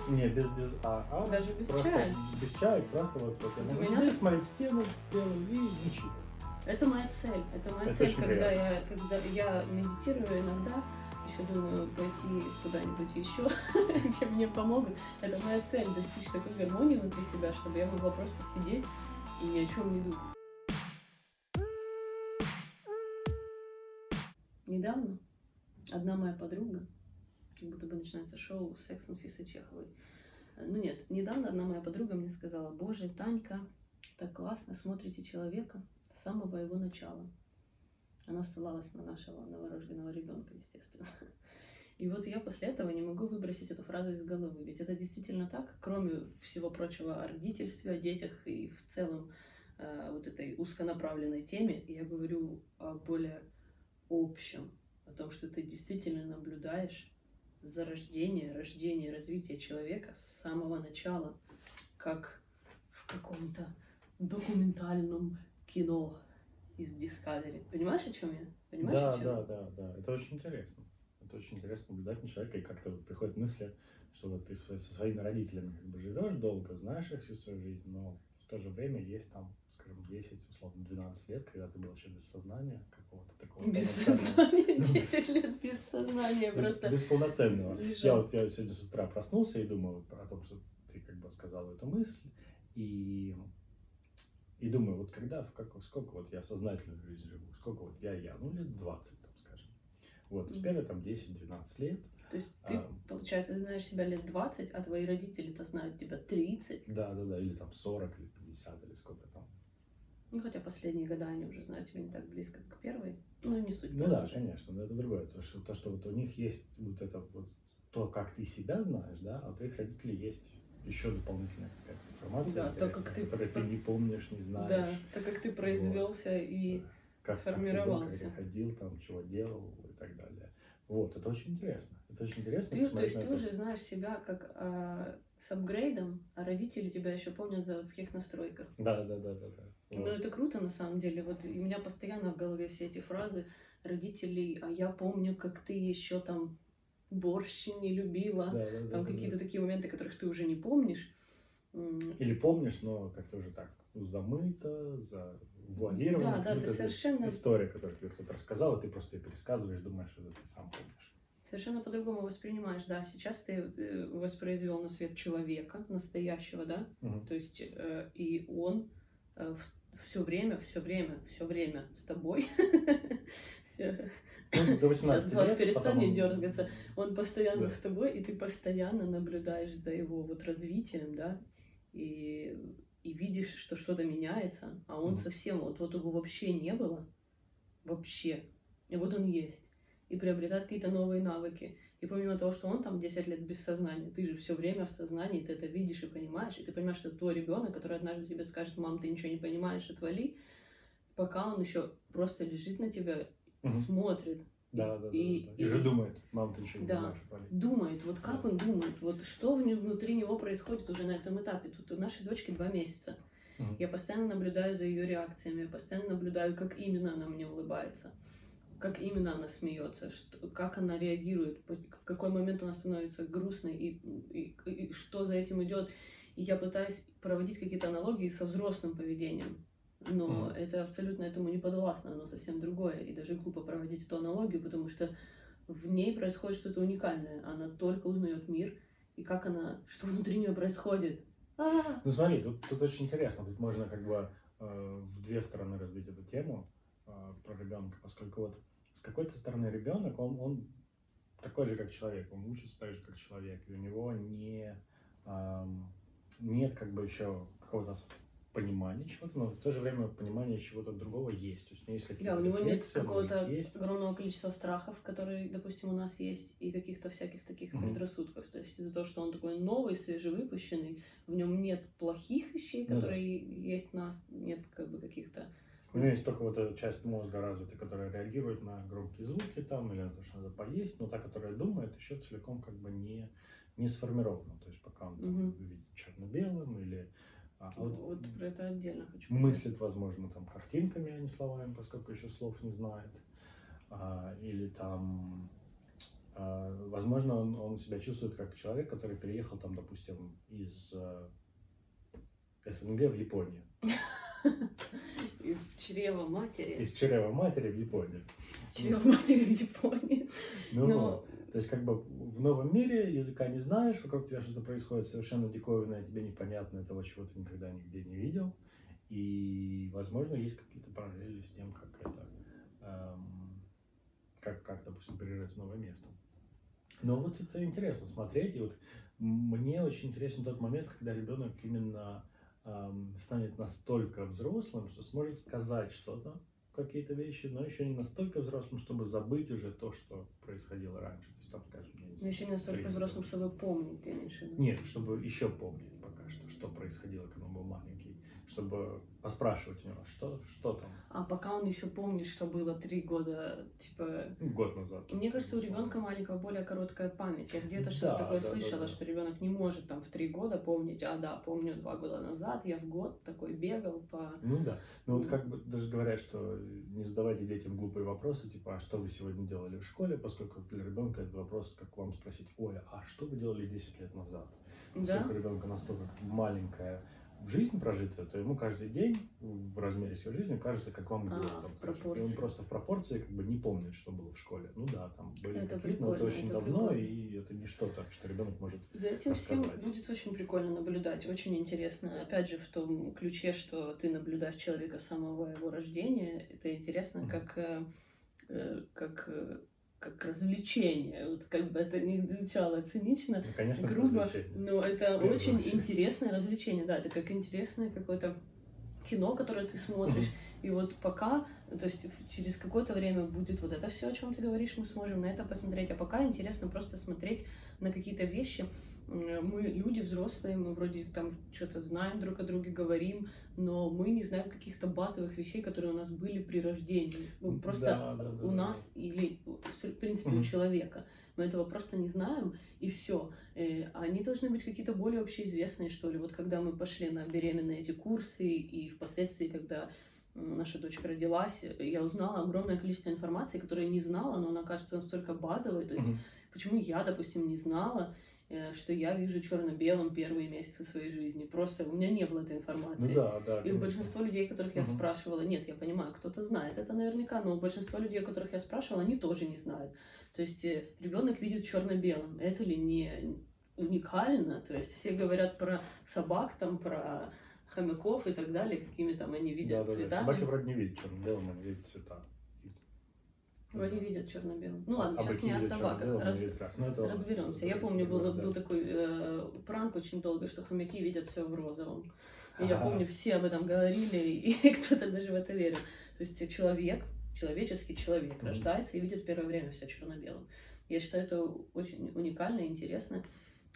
Не, без а. Даже без Просто чая? без чая, просто вот я Вот у могу меня сидеть, так- смотреть в стену белую и ничего. Это моя цель. Это моя Это цель, очень когда я медитирую иногда, еще думаю пойти куда-нибудь еще, где мне помогут. Это моя цель достичь такой гармонии внутри себя, чтобы я могла просто сидеть и ни о чем не думать. Недавно одна моя подруга, как будто бы начинается шоу «Секс Анфисы Чеховой». Ну нет, недавно одна моя подруга мне сказала: «Боже, Танька, так классно смотрите человека с самого его начала». Она ссылалась на нашего новорожденного ребенка, естественно. И вот я после этого не могу выбросить эту фразу из головы. Ведь это действительно так, кроме всего прочего о родительстве, о детях и в целом вот этой узконаправленной теме, я говорю о более общем, о том, что ты действительно наблюдаешь за рождение, развитие человека с самого начала, как в каком-то документальном кино из Discovery. Понимаешь, о чем я? Понимаешь, о чем я? Да. Это очень интересно. Это очень интересно наблюдать на человека, и как-то вот приходят мысли, что вот ты со своими родителями как бы живешь долго, знаешь их всю свою жизнь, но в то же время есть там, скажем, 10, условно, 12 лет, когда ты был вообще без сознания какого-то такого Без полноценного. сознания, 10 лет без сознания просто Без полноценного. лежал. Я сегодня с утра проснулся и думал о том, что ты как бы сказал эту мысль, и думаю, вот сколько вот я сознательную жизнь живу, сколько вот я, ну, лет 20, там, скажем. Вот, теперь я там 10-12 лет. То есть ты, получается, знаешь себя лет 20, а твои родители-то знают тебя 30. Да, или там 40, или 50, или сколько там. Ну, хотя последние года они уже знают тебя не так близко, как первые. Ну, не суть. Ну да, конечно, но это другое. То, что вот у них есть вот это вот то, как ты себя знаешь, да, а у твоих родителей есть еще дополнительная какая-то информация, Да, то, как ты... которую ты не помнишь, не знаешь. Да, так как ты произвелся вот. И как формировался. Как ты ходил, там, чего делал и так далее. Вот, это очень интересно. Это очень интересно. То есть ты уже знаешь себя как с апгрейдом, а родители тебя еще помнят в заводских настройках. Да. Ну, вот. Это круто на самом деле. Вот у меня постоянно в голове все эти фразы родителей: «А я помню, как ты еще там борщ не любила». Там какие-то такие моменты, которых ты уже не помнишь. Или помнишь, но как-то уже так замыто, завуалировано. Да, ты совершенно... История, которую тебе кто-то рассказал, и ты просто ее пересказываешь, думаешь, что ты сам помнишь. Совершенно по-другому воспринимаешь, да. Сейчас ты воспроизвел на свет человека настоящего, да. То есть и он все время с тобой. До 18 Сейчас глаз лет, перестанет дергаться. Он постоянно с тобой, и ты постоянно наблюдаешь за его вот развитием, да, и видишь, что что-то меняется, а он совсем, вот его вообще не было, вообще, и вот он есть, и приобретает какие-то новые навыки. И помимо того, что он там 10 лет без сознания, ты же все время в сознании, ты это видишь и понимаешь, и ты понимаешь, что это твой ребенок, который однажды тебе скажет: «Мам, ты ничего не понимаешь, отвали», пока он еще просто лежит на тебя, смотрит. Да. И же думает: «Мам, ты ничего не понимаешь, отвали». Думает, вот как он думает, вот что внутри него происходит уже на этом этапе. Тут у нашей дочки 2 месяца. Я постоянно наблюдаю за ее реакциями, я постоянно наблюдаю, как именно она мне улыбается, как именно она смеется, как она реагирует, в какой момент она становится грустной и что за этим идет. И я пытаюсь проводить какие-то аналогии со взрослым поведением, но это абсолютно этому не подвластно, оно совсем другое. И даже глупо проводить эту аналогию, потому что в ней происходит что-то уникальное. Она только узнает мир, и как она, что внутри нее происходит. Ну смотри, тут очень интересно, тут можно как бы в две стороны развить эту тему про ребенка, поскольку вот с какой-то стороны ребенок, он такой же, как человек, он учится так же, как человек, и у него нет как бы еще какого-то понимания чего-то, но в то же время понимание чего-то другого есть. То есть у него есть какие-то рефлексы. Да, у него нет какого-то огромного количества страхов, которые, допустим, у нас есть, и каких-то всяких таких предрассудков. То есть из-за того, что он такой новый, свежевыпущенный, в нем нет плохих вещей, которые есть в нас, нет как бы каких-то... У него есть только вот эта часть мозга развита, которая реагирует на громкие звуки там, или на то, что надо поесть, но та, которая думает, еще целиком как бы не сформирована. То есть пока он там видит черно-белым или... Вот про это отдельно хочу поговорить. Мыслит, возможно, там картинками, а не словами, поскольку еще слов не знает. Или там Возможно, он себя чувствует как человек, который переехал там, допустим, из СНГ в Японию. Из чрева матери. Из чрева матери в Японию. Из чрева матери в Японии. Ну, то есть, как бы в новом мире языка не знаешь, вокруг тебя что-то происходит совершенно диковинное, тебе непонятное, того, чего ты никогда нигде не видел. И, возможно, есть какие-то параллели с тем, как это, как, допустим, переезжать в новое место. Но вот это интересно смотреть, и вот мне очень интересен тот момент, когда ребенок именно станет настолько взрослым, что сможет сказать что-то, какие-то вещи, но еще не настолько взрослым, чтобы забыть уже то, что происходило раньше. То есть там, скажем, но еще не настолько взрослым, чтобы помнить, ты имеешь в виду? Нет, чтобы еще помнить пока что происходило, когда он был маленький, чтобы поспрашивать у него, что там. А пока он еще помнит, что было 3 года, типа... Год назад. Мне кажется, у ребенка маленького более короткая память. Я где-то что-то такое слышала, что ребенок не может там в 3 года помнить, помню 2 года назад, я в год такой бегал по... Ну да, ну вот как бы даже говорят, что не задавайте детям глупые вопросы, типа, а что вы сегодня делали в школе, поскольку для ребенка это вопрос, как вам спросить, Оля, а что вы делали 10 лет назад? Поскольку ребенка настолько маленькая жизнь прожитая, то ему каждый день в размере своей жизни кажется, как вам год. И он просто в пропорции как бы не помнит, что было в школе. Ну да, там были это какие-то, но это очень давно, прикольно. и это не что-то, что ребенок может За этим рассказать. всем будет очень прикольно наблюдать, очень интересно. Опять же, в том ключе, что ты наблюдаешь человека с самого его рождения, это интересно как развлечение. Вот как бы это ни звучало цинично, ну, конечно, грубо, но это очень интересное развлечение. Да, это как интересное какое-то кино, которое ты смотришь. И вот пока, то есть через какое-то время будет вот это все, о чем ты говоришь, мы сможем на это посмотреть. А пока интересно просто смотреть на какие-то вещи. Мы люди взрослые, мы вроде там что-то знаем друг о друге, говорим, но мы не знаем каких-то базовых вещей, которые у нас были при рождении. Просто у нас или, в принципе, у человека. Мы этого просто не знаем, и все. Они должны быть какие-то более общеизвестные, что ли. Вот когда мы пошли на беременные эти курсы, и впоследствии, когда наша дочка родилась, я узнала огромное количество информации, которую я не знала, но она кажется настолько базовой. То есть, почему я, допустим, не знала, что я вижу черно-белым первые месяцы своей жизни. Просто у меня не было этой информации. Ну, да, и у большинства людей, которых я спрашивала, нет, я понимаю, кто-то знает это наверняка, но у большинства людей, которых я спрашивала, они тоже не знают. То есть ребенок видит черно-белым. Это ли не уникально? То есть все говорят про собак, там, про хомяков и так далее, какими там они видят цвета. Да. Собаки вроде не видят черно-белым, они видят цвета. Вроде видят черно-белым. Ну ладно, сейчас не о собаках. Разберемся. Я помню, был такой пранк очень долго, что хомяки видят все в розовом. И я помню, все об этом говорили, и кто-то даже в это верил. То есть человеческий человек рождается и видит первое время все черно-белым. Я считаю, это очень уникально и интересно.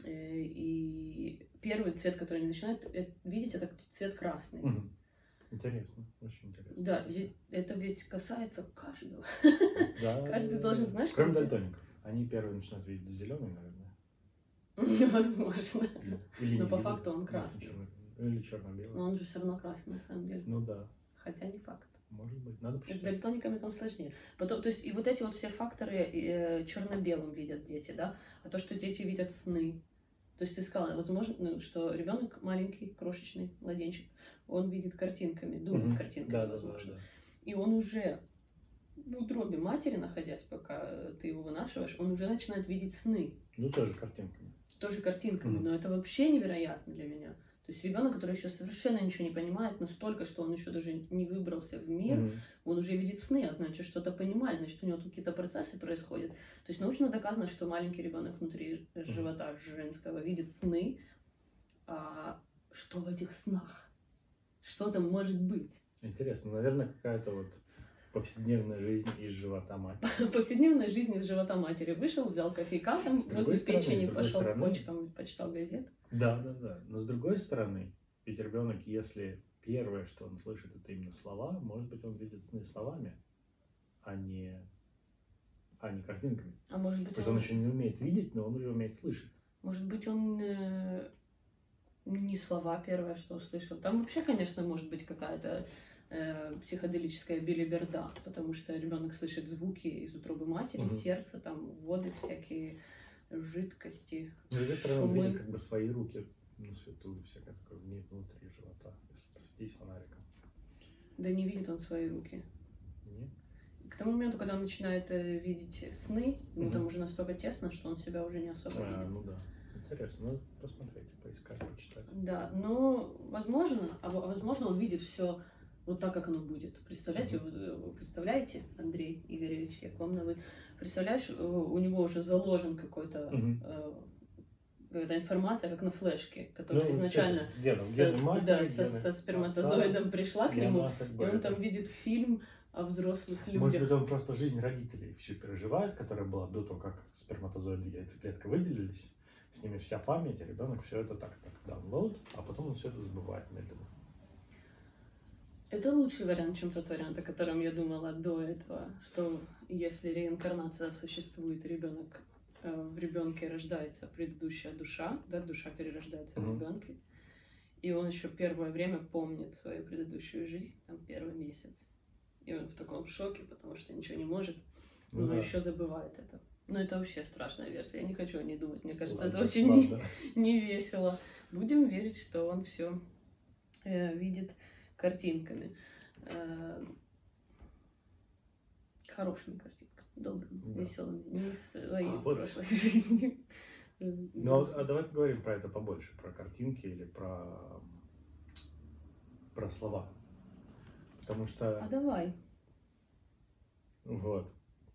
И первый цвет, который они начинают видеть, это цвет красный. Интересно, очень интересно. Да, это ведь касается каждого. Каждый должен знать, что... Кроме дальтоников. Они первые начинают видеть зеленый, наверное. Невозможно. Но по факту он красный. Или черно-белый. Но он же все равно красный, на самом деле. Ну да. Хотя не факт. Может быть, надо почитать. С дальтониками там сложнее. Потом, то есть, и вот эти вот все факторы черно-белым видят дети, да? А то, что дети видят сны. То есть ты сказала, возможно, что ребенок маленький, крошечный, младенчик, он видит картинками, думает картинками, возможно. Да. И он уже в утробе матери, находясь, пока ты его вынашиваешь, он уже начинает видеть сны. Ну, тоже картинками. Тоже картинками, но это вообще невероятно для меня. То есть ребенок, который еще совершенно ничего не понимает, настолько, что он еще даже не выбрался в мир, он уже видит сны, а значит, что-то понимает, значит, у него тут какие-то процессы происходят. То есть научно доказано, что маленький ребенок внутри живота женского видит сны, а что в этих снах? Что там может быть? Интересно, наверное, какая-то вот повседневная жизнь из живота матери. Повседневная жизнь из живота матери. Вышел, взял кофейка, там возле печени, пошел к почкам, почитал газету. Да. Но с другой стороны, ведь ребенок, если первое, что он слышит, это именно слова, может быть, он видит сны словами, а не картинками. А может быть, то есть он еще не умеет видеть, но он уже умеет слышать. Может быть, он не слова первое, что услышал. Там вообще, конечно, может быть какая-то психоделическая билиберда, потому что ребенок слышит звуки из утробы матери, сердца, там воды всякие, жидкости, С другой стороны, он шумы. видит как бы свои руки на свету, всякое такое внутри живота, если посветить фонариком. Да не видит он свои руки. Нет? К тому моменту, когда он начинает видеть сны, ему там уже настолько тесно, что он себя уже не особо видит. Ну да. Интересно, надо посмотреть, поискать, почитать. Да, но возможно, возможно, он видит все вот так, как оно будет. Представляете, вы представляете, Андрей Игоревич, я к вам на вы. Представляешь, у него уже заложен какой-то какая-то информация, как на флешке, которая изначально со сперматозоидом пришла к нему, и он там видит фильм о взрослых людях. Может быть, он просто жизнь родителей всю переживает, которая была до того, как сперматозоиды и яйцеклетка выделились. С ними вся память, и ребенок все это так download, а потом он все это забывает медленно. Это лучший вариант, чем тот вариант, о котором я думала до этого, что если реинкарнация существует, ребенок в ребенке рождается предыдущая душа, да, душа перерождается в ребенке, и он еще первое время помнит свою предыдущую жизнь, там первый месяц, и он в таком шоке, потому что ничего не может, но еще забывает это. Но это вообще страшная версия, я не хочу о ней думать, мне кажется, это очень не весело. Будем верить, что он все видит картинками, хорошими картинками, добрыми, веселыми, не своей прошлой жизни. Ну, а давай поговорим про это побольше, про картинки или про слова. Потому что... А давай. Вот.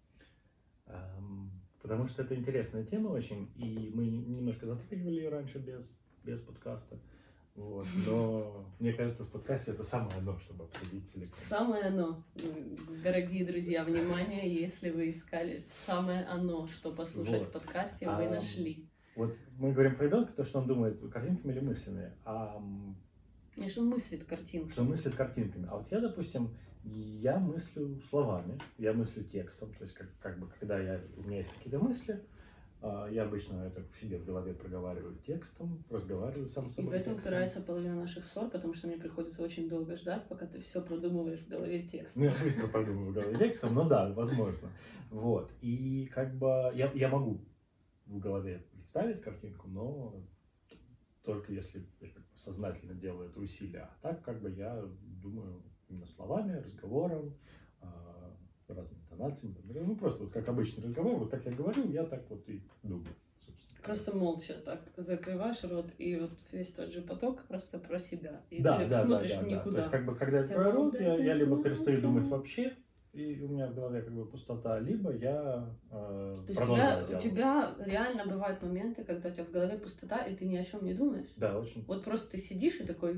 Потому что это интересная тема очень, и мы немножко затрагивали ее раньше без подкаста. Вот. Но мне кажется, в подкасте это самое оно, чтобы обсудить целиком. Самое оно. Дорогие друзья, внимание, если вы искали самое оно, что послушать в подкасте, вы нашли. Вот мы говорим про ребенка, то, что он думает картинками или мыслями. И что он мыслит картинками. Что он мыслит картинками. А вот я, допустим, я мыслю словами, я мыслю текстом. То есть, как бы, когда у меня есть какие-то мысли, я обычно это в себе в голове проговариваю текстом, разговариваю сам с собой. И в этом упирается половина наших ссор, потому что мне приходится очень долго ждать, пока ты все продумываешь в голове текстом. Ну, я быстро продумываю в голове текстом, но да, возможно. Вот. И как бы я могу в голове представить картинку, но только если я сознательно делаю это усилие. А так как бы я думаю именно словами, разговором, разными интонациями. Ну, просто вот как обычный разговор, вот как я говорю, я так вот и думаю, собственно. Просто молча так закрываешь рот, и вот весь тот же поток просто про себя. И да, ты смотришь в никуда. То есть, как бы, когда я закрываю рот, я либо перестаю думать вообще, и у меня в голове как бы пустота, либо я продолжаю делать. У тебя реально бывают моменты, когда у тебя в голове пустота, и ты ни о чем не думаешь. Да, очень. Вот просто ты сидишь и такой...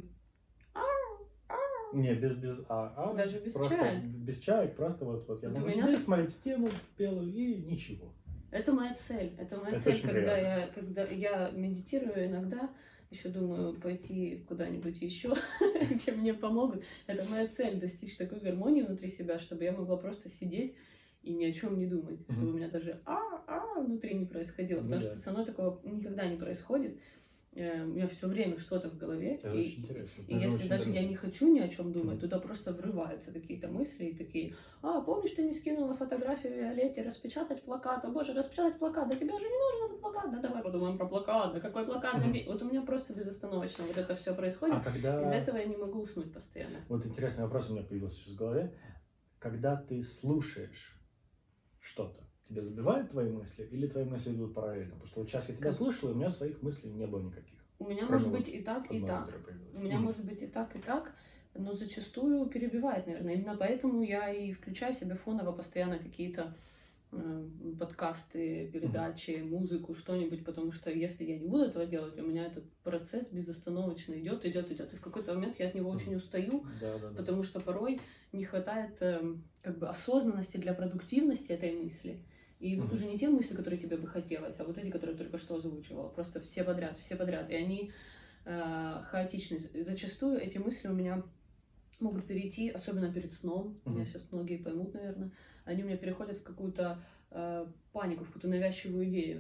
Не, без даже без просто чая. Без чая, просто вот я могу сидеть, смотреть в стену белую и ничего. Это моя цель. Это моя цель, когда я медитирую иногда, еще думаю пойти куда-нибудь еще, где мне помогут. Это моя цель, достичь такой гармонии внутри себя, чтобы я могла просто сидеть и ни о чем не думать, чтобы у меня даже внутри не происходило, потому что со мной такого никогда не происходит. У меня все время что-то в голове. Это очень интересно. И если даже я не хочу ни о чем думать, туда просто врываются какие-то мысли и такие: помнишь, ты не скинула фотографию Виолетте, распечатать плакат? О боже, распечатать плакат, да тебе уже не нужен этот плакат, да давай подумаем про плакат, да какой плакат? Вот у меня просто безостановочно вот это все происходит. Из-за этого я не могу уснуть постоянно. Вот интересный вопрос у меня появился сейчас в голове. Когда ты слушаешь что-то, тебя забивают твои мысли или твои мысли идут параллельно? Потому что вот сейчас я тебя слушал, и у меня своих мыслей не было никаких. У меня может быть и так, и так. У меня может быть и так, но зачастую перебивает, наверное. Именно поэтому я и включаю себе фоново постоянно какие-то подкасты, передачи, музыку, что-нибудь, потому что если я не буду этого делать, у меня этот процесс безостановочно идет. И в какой-то момент я от него очень устаю, потому что порой не хватает как бы осознанности для продуктивности этой мысли. И вот уже не те мысли, которые тебе бы хотелось, а вот эти, которые я только что озвучивала. Просто все подряд. И они хаотичны. Зачастую эти мысли у меня могут перейти, особенно перед сном. Меня сейчас многие поймут, наверное. Они у меня переходят в какую-то панику, в какую-то навязчивую идею.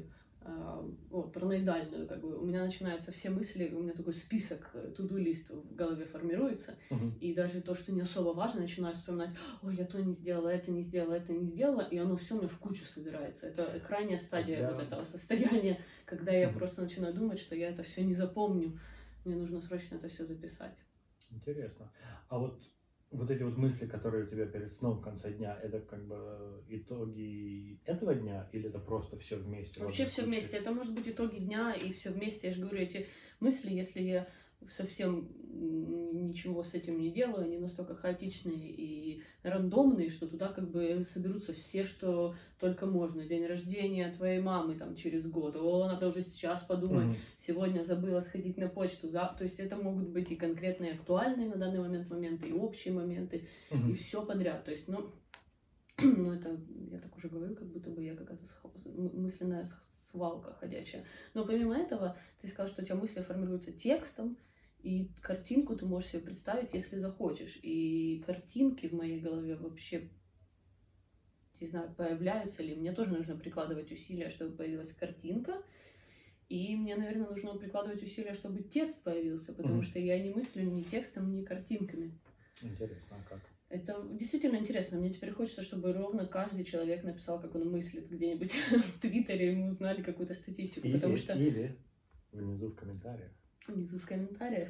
вот, параноидальную, как бы, у меня начинаются все мысли, у меня такой список, to-do-лист в голове формируется, и даже то, что не особо важно, начинаю вспоминать, ой, я то не сделала, это не сделала, это не сделала, и оно все у меня в кучу собирается. Это крайняя стадия вот этого состояния, когда я просто начинаю думать, что я это все не запомню, мне нужно срочно это все записать. Интересно. А вот эти вот мысли, которые у тебя перед сном в конце дня, это как бы итоги этого дня или это просто все вместе? Вообще все вместе. Это может быть итоги дня и все вместе. Я же говорю, эти мысли, если я совсем ничего с этим не делаю, они настолько хаотичные и рандомные, что туда как бы соберутся все, что только можно. День рождения твоей мамы там через год. О, надо уже сейчас подумать. Сегодня забыла сходить на почту. То есть это могут быть и конкретные актуальные на данный момент моменты, и общие моменты, и все подряд. То есть, ну, это, я так уже говорю, как будто бы я какая-то мысленная свалка ходячая. Но помимо этого, ты сказал, что у тебя мысли формируются текстом, и картинку ты можешь себе представить, если захочешь. И картинки в моей голове вообще, не знаю, появляются ли. Мне тоже нужно прикладывать усилия, чтобы появилась картинка. И мне, наверное, нужно прикладывать усилия, чтобы текст появился, потому что я не мыслю ни текстом, ни картинками. Интересно, а как? Это действительно интересно. Мне теперь хочется, чтобы ровно каждый человек написал, как он мыслит где-нибудь в Твиттере, и мы узнали какую-то статистику. Потому что... Или внизу в комментариях. Внизу в комментариях.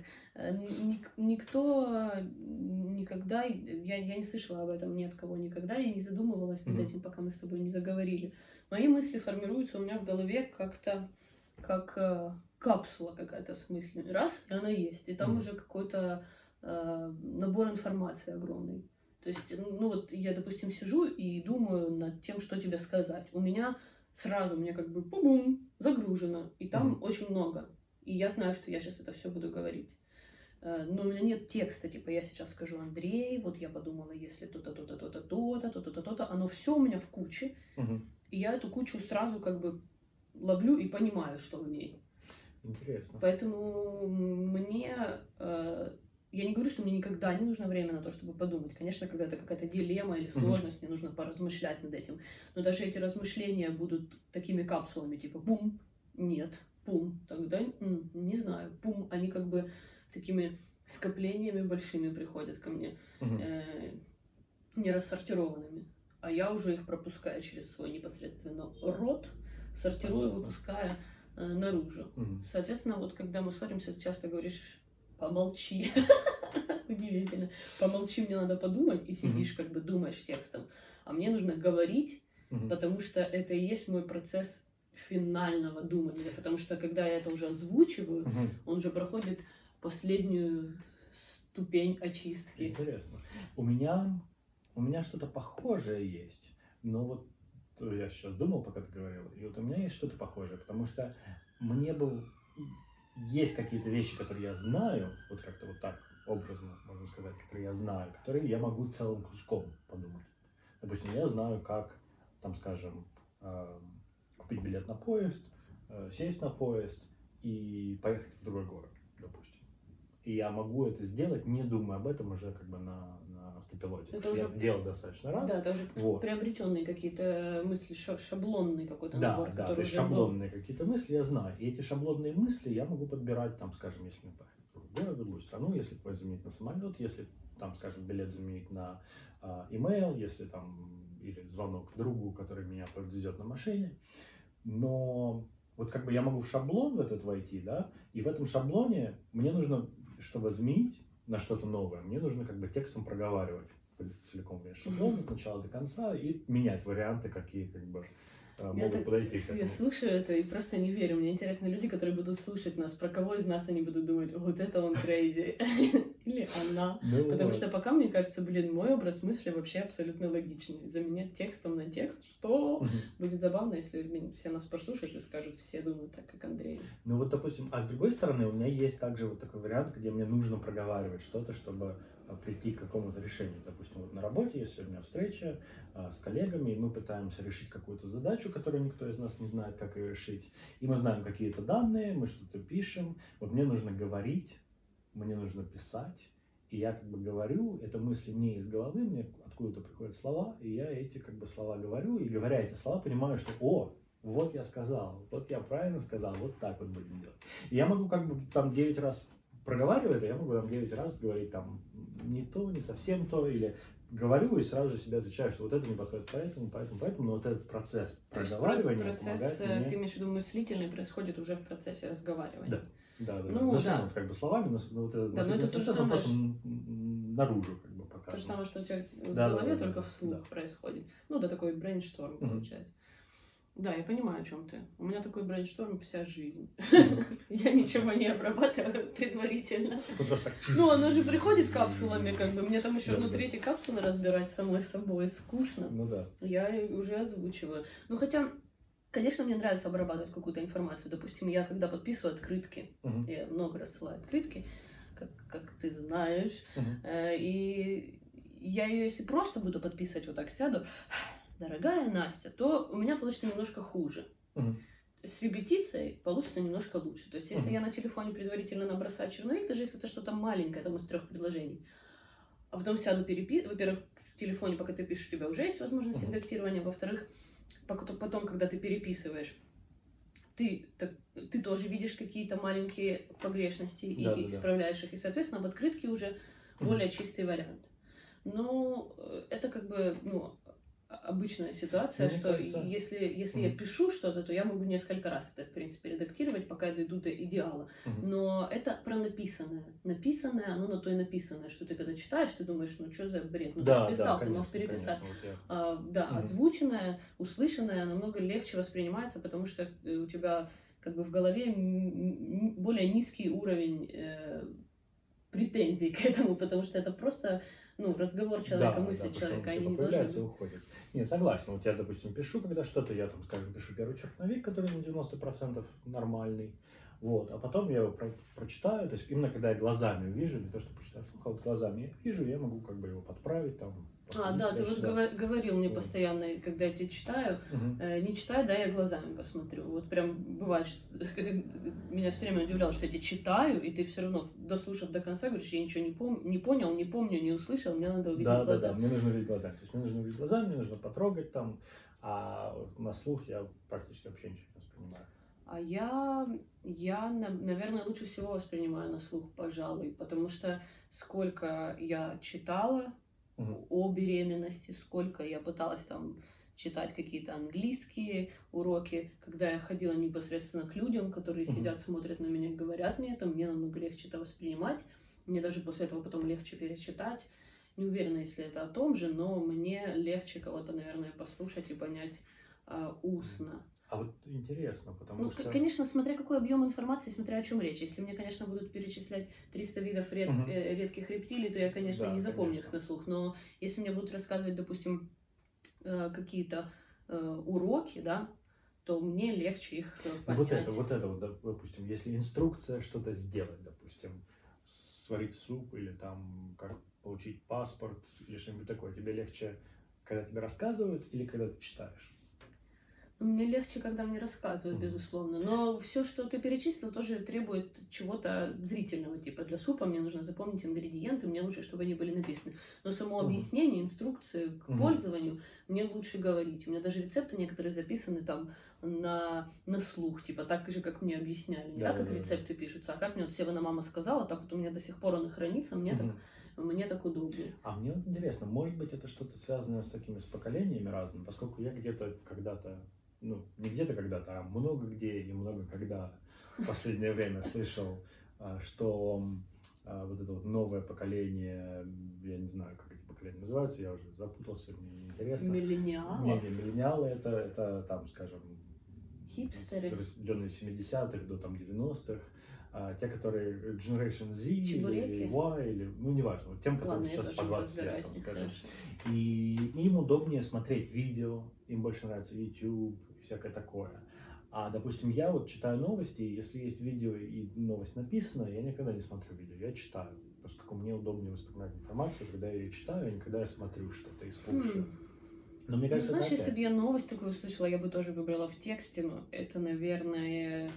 Никто никогда... Я не слышала об этом ни от кого никогда, я не задумывалась над этим, пока мы с тобой не заговорили. Мои мысли формируются у меня в голове как-то как капсула какая-то с мыслями. Раз, и она есть. И там уже какой-то набор информации огромный. То есть, ну вот я, допустим, сижу и думаю над тем, что тебе сказать. У меня сразу, мне как бы пум-бум, загружено, и там очень много. И я знаю, что я сейчас это все буду говорить. Но у меня нет текста, типа я сейчас скажу: Андрей, вот я подумала, если то-то, то-то, то-то, то-то, то-то, то-то, оно все у меня в куче, и я эту кучу сразу как бы ловлю и понимаю, что в ней. Интересно. Поэтому мне... Я не говорю, что мне никогда не нужно время на то, чтобы подумать. Конечно, когда это какая-то дилемма или сложность, мне нужно поразмышлять над этим. Но даже эти размышления будут такими капсулами, типа бум, нет, пум, тогда не знаю, пум. Они как бы такими скоплениями большими приходят ко мне, не рассортированными. А я уже их пропускаю через свой непосредственно рот, сортирую, выпуская наружу. Соответственно, вот когда мы ссоримся, ты часто говоришь: помолчи. Удивительно. Помолчи, мне надо подумать, и сидишь как бы думаешь текстом. А мне нужно говорить, потому что это и есть мой процесс финального думания. Потому что когда я это уже озвучиваю, он же проходит последнюю ступень очистки. Интересно. У меня что-то похожее есть, но вот я сейчас думал, пока ты говорила, и вот у меня есть что-то похожее, потому что есть какие-то вещи, которые я знаю, вот как-то вот так образно, можно сказать, которые я знаю, которые я могу целым куском подумать. Допустим, я знаю, как, там, скажем, купить билет на поезд, сесть на поезд и поехать в другой город, допустим. И я могу это сделать, не думая об этом уже как бы на автопилоте. Это уже... Я это делал достаточно раз. Да, это уже приобретенные какие-то мысли, шаблонный какой-то набор. Да, то есть шаблонные какие-то мысли я знаю. И эти шаблонные мысли я могу подбирать, там, скажем, если мы поехали в другой город, в другую страну, если поезд заменить на самолет, если, там, скажем, билет заменить на имейл, если там, или звонок другу, который меня подвезет на машине. Но вот как бы я могу в шаблон в этот войти, да, и в этом шаблоне мне нужно, чтобы изменить на что-то новое, мне нужно как бы текстом проговаривать целиком весь шаблон от начала до конца и менять варианты, какие как бы могут подойти к этому. Я слушаю это и просто не верю. Мне интересны люди, которые будут слушать нас. Про кого из нас они будут думать: вот это он крейзи. Или она. Потому что пока, мне кажется, мой образ мысли вообще абсолютно логичный. Заменять текстом на текст, что будет забавно, если все нас послушают и скажут: все думают так, как Андрей. Ну вот, допустим, а с другой стороны, у меня есть также вот такой вариант, где мне нужно проговаривать что-то, чтобы прийти к какому-то решению. Допустим, вот на работе, если у меня встреча с коллегами, и мы пытаемся решить какую-то задачу, которую никто из нас не знает, как ее решить, и мы знаем какие-то данные, мы что-то пишем, вот мне нужно говорить, мне нужно писать, и я как бы говорю, это мысли не из головы, мне откуда-то приходят слова, и я эти как бы слова говорю, и говоря эти слова, понимаю, что вот я сказал, вот я правильно сказал, вот так вот будем делать. И я могу как бы там 9 раз проговаривать, а я могу там 9 раз говорить там не то, не совсем то, или говорю и сразу же себе отвечаю, что вот это не подходит поэтому, но вот этот процесс проговаривания процесс, помогает мне... ты имеешь в виду мыслительный, происходит уже в процессе разговаривания. Да. Ну, Ну, да. Как бы словами, но вот этот да, но это то же самое, просто наружу как бы показывает. То же самое, что у тебя в голове, только вслух происходит. Ну, да, такой брейншторм получается. Да, я понимаю, о чем ты. У меня такой брейншторм вся жизнь. Я ничего не обрабатываю предварительно. Ну, оно же приходит капсулами, как бы. Мне там еще внутри эти капсулы разбирать самой собой скучно. Ну да. Я уже озвучиваю. Ну, хотя, конечно, мне нравится обрабатывать какую-то информацию. Допустим, я когда подписываю открытки, я много рассылаю открытки, как ты знаешь, и я ее, если просто буду подписывать, вот так сяду, дорогая Настя, то у меня получится немножко хуже. С репетицией получится немножко лучше. То есть, если я на телефоне предварительно набросаю черновик, даже если это что-то маленькое, там из 3 предложений, а потом сяду переписывать, во-первых, в телефоне, пока ты пишешь, у тебя уже есть возможность редактирования, во-вторых, потом, когда ты переписываешь, ты тоже видишь какие-то маленькие погрешности и исправляешь их, и, соответственно, в открытке уже более чистый вариант. Ну, это как бы, обычная ситуация, что кажется, если я пишу что-то, то я могу несколько раз это, в принципе, редактировать, пока я дойду до идеала. Но это про написанное. Написанное, оно на то и написанное, что ты когда читаешь, ты думаешь, ну что за бред, ты же писал, ты мог переписать. Озвученное, услышанное намного легче воспринимается, потому что у тебя как бы в голове более низкий уровень претензий к этому, потому что это просто разговор человека, мысли человека, они не должны быть. Уходят. Не, согласен. Вот я, допустим, пишу, когда что-то, я там, скажем, пишу первый черновик, который на 90% нормальный, вот, а потом я его прочитаю, то есть именно когда я глазами вижу, не то, что прочитаю вслух, а вот глазами я вижу, я могу как бы его подправить там. Да, ты вот говорил мне постоянно, когда я тебя читаю, не читаю, да, я глазами посмотрю. Вот прям бывает, что меня все время удивляло, что я тебя читаю, и ты все равно, дослушав до конца, говоришь, я ничего не понял, не помню, не услышал, мне надо увидеть глазами. Да, мне нужно увидеть глазами. То есть мне нужно увидеть глазами, мне нужно потрогать там, а на слух я практически вообще ничего не воспринимаю. А я, наверное, лучше всего воспринимаю на слух, пожалуй, потому что сколько я читала о беременности, сколько я пыталась там читать какие-то английские уроки, когда я ходила непосредственно к людям, которые сидят, смотрят на меня, говорят мне это, мне намного легче это воспринимать, мне даже после этого потом легче перечитать. Не уверена, если это о том же, но мне легче кого-то, наверное, послушать и понять устно. А вот интересно, потому что... Конечно, смотря какой объем информации, смотря о чем речь. Если мне, конечно, будут перечислять 300 видов редких рептилий, то я, конечно, не запомню их на слух. Но если мне будут рассказывать, допустим, какие-то уроки, да, то мне легче их понять. Вот это, допустим, если инструкция что-то сделать, допустим, сварить суп или там как получить паспорт или что-нибудь такое, тебе легче, когда тебе рассказывают или когда ты читаешь? Мне легче, когда мне рассказывают, безусловно. Но все, что ты перечислил, тоже требует чего-то зрительного. Типа для супа мне нужно запомнить ингредиенты, мне лучше, чтобы они были написаны. Но само объяснение, инструкции к пользованию мне лучше говорить. У меня даже рецепты некоторые записаны там на слух, типа так же, как мне объясняли. Не так, как рецепты пишутся, а как мне вот Севана мама сказала, так вот у меня до сих пор он и хранится, мне так удобнее. А мне вот интересно, может быть, это что-то связанное с такими с поколениями разными, поскольку я где-то когда-то, не где-то когда-то, а много где и много когда в последнее время слышал, что вот это вот новое поколение, я не знаю, как эти поколения называются, я уже запутался, мне интересно. Миллениалы? Не, миллениалы это там, скажем, хипстеры, рожденные с 70-х до там 90-х, те, которые Generation Z или Y, или, неважно, вот тем, которым сейчас по 20 лет, там, скажем. И им удобнее смотреть видео, им больше нравится YouTube и всякое такое. А, допустим, я вот читаю новости, и если есть видео и новость написана, я никогда не смотрю видео, я читаю. Поскольку мне удобнее воспринимать информацию, когда я ее читаю, а не когда я смотрю что-то и слушаю. Но мне кажется, знаешь, если бы я новость такую услышала, я бы тоже выбрала в тексте, но это, наверное,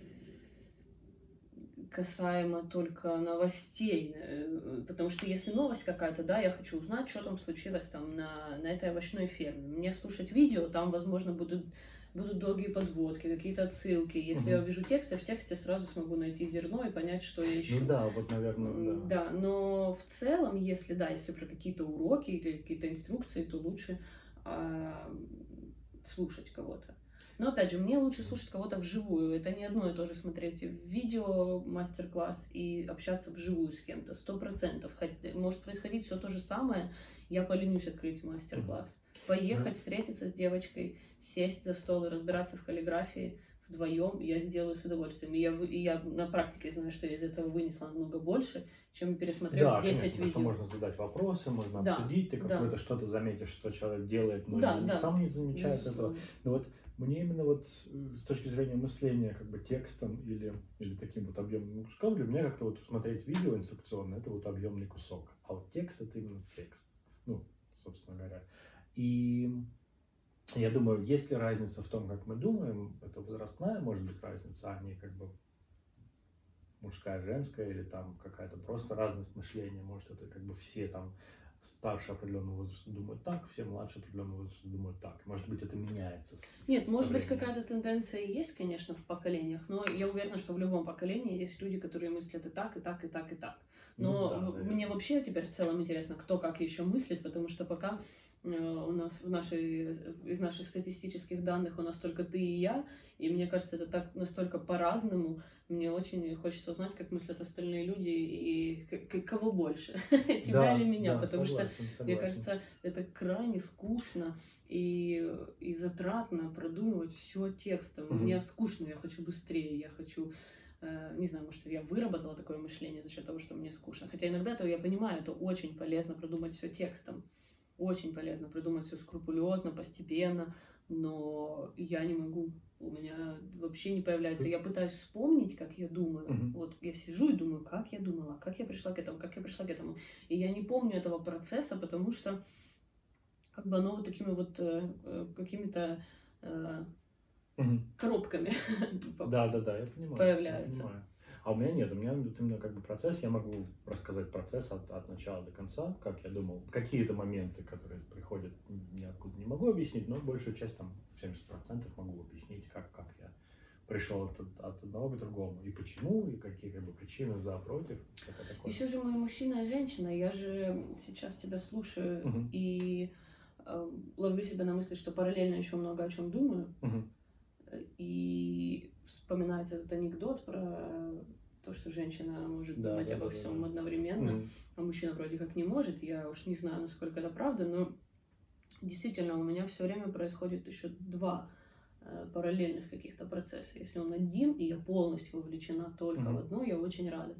касаемо только новостей, потому что если новость какая-то, да, я хочу узнать, что там случилось там на этой овощной ферме. Мне слушать видео, там, возможно, будут будут долгие подводки, какие-то отсылки. Если я увижу текст, я в тексте сразу смогу найти зерно и понять, что я ищу. Ну да, вот, наверное, да. Да, но в целом, если про какие-то уроки или какие-то инструкции, то лучше слушать кого-то. Но опять же, мне лучше слушать кого-то вживую. Это не одно и то же смотреть видео, мастер-класс и общаться вживую с кем-то. 100%. Может происходить все то же самое. Я поленюсь открыть мастер-класс. Поехать, встретиться с девочкой, сесть за стол и разбираться в каллиграфии вдвоем, я сделаю с удовольствием. И я на практике знаю, что я из этого вынесла намного больше, чем пересмотрев 10 конечно, видео. Что можно задать вопросы, можно обсудить, ты какое-то что-то заметишь, что человек делает, но сам не замечает этого. Но вот мне именно вот с точки зрения мышления как бы текстом или таким вот объемным куском, для меня как-то вот смотреть видео инструкционное, это вот объемный кусок, а вот текст это именно текст, собственно говоря. И я думаю, есть ли разница в том, как мы думаем, это возрастная, может быть, разница, а не как бы мужская, женская, или там какая-то просто разность мышления, может, это как бы все там старше определенного возраста думают так, все младше определенного возраста думают так. Может быть, это меняется. Нет, может быть, какая-то тенденция есть, конечно, в поколениях, но я уверена, что в любом поколении есть люди, которые мыслят и так, и так, и так, и так. Но мне вообще теперь в целом интересно, кто как еще мыслит, потому что пока у нас из наших статистических данных у нас только ты и я, и мне кажется, это так настолько по-разному. Мне очень хочется узнать, как мыслят остальные люди и кого больше, тебя или меня, потому что, мне кажется, это крайне скучно и затратно продумывать все текстом. Мне скучно, я хочу быстрее, я хочу... Не знаю, может, я выработала такое мышление за счет того, что мне скучно. Хотя иногда это я понимаю, это очень полезно продумать все текстом. Очень полезно придумать все скрупулезно, постепенно, но я не могу. У меня вообще не появляется. Я пытаюсь вспомнить, как я думаю. Вот я сижу и думаю, как я думала, как я пришла к этому. И я не помню этого процесса, потому что как бы оно вот такими вот какими-то коробками да, я понимаю, появляется. Я понимаю. А у меня нет, у меня именно как бы процесс, я могу рассказать процесс от начала до конца, как я думал. Какие-то моменты, которые приходят, ниоткуда не могу объяснить, но большую часть, там, 70% могу объяснить, как я пришел от одного к другому, и почему, и какие как бы причины за, против. Еще же мы мужчина и женщина, я же сейчас тебя слушаю и ловлю себя на мысли, что параллельно еще много о чем думаю. И вспоминается этот анекдот про то, что женщина может думать обо всем одновременно, а мужчина вроде как не может. Я уж не знаю, насколько это правда, но действительно у меня все время происходит еще два параллельных каких-то процесса. Если он один, и я полностью вовлечена только в одно, я очень рада.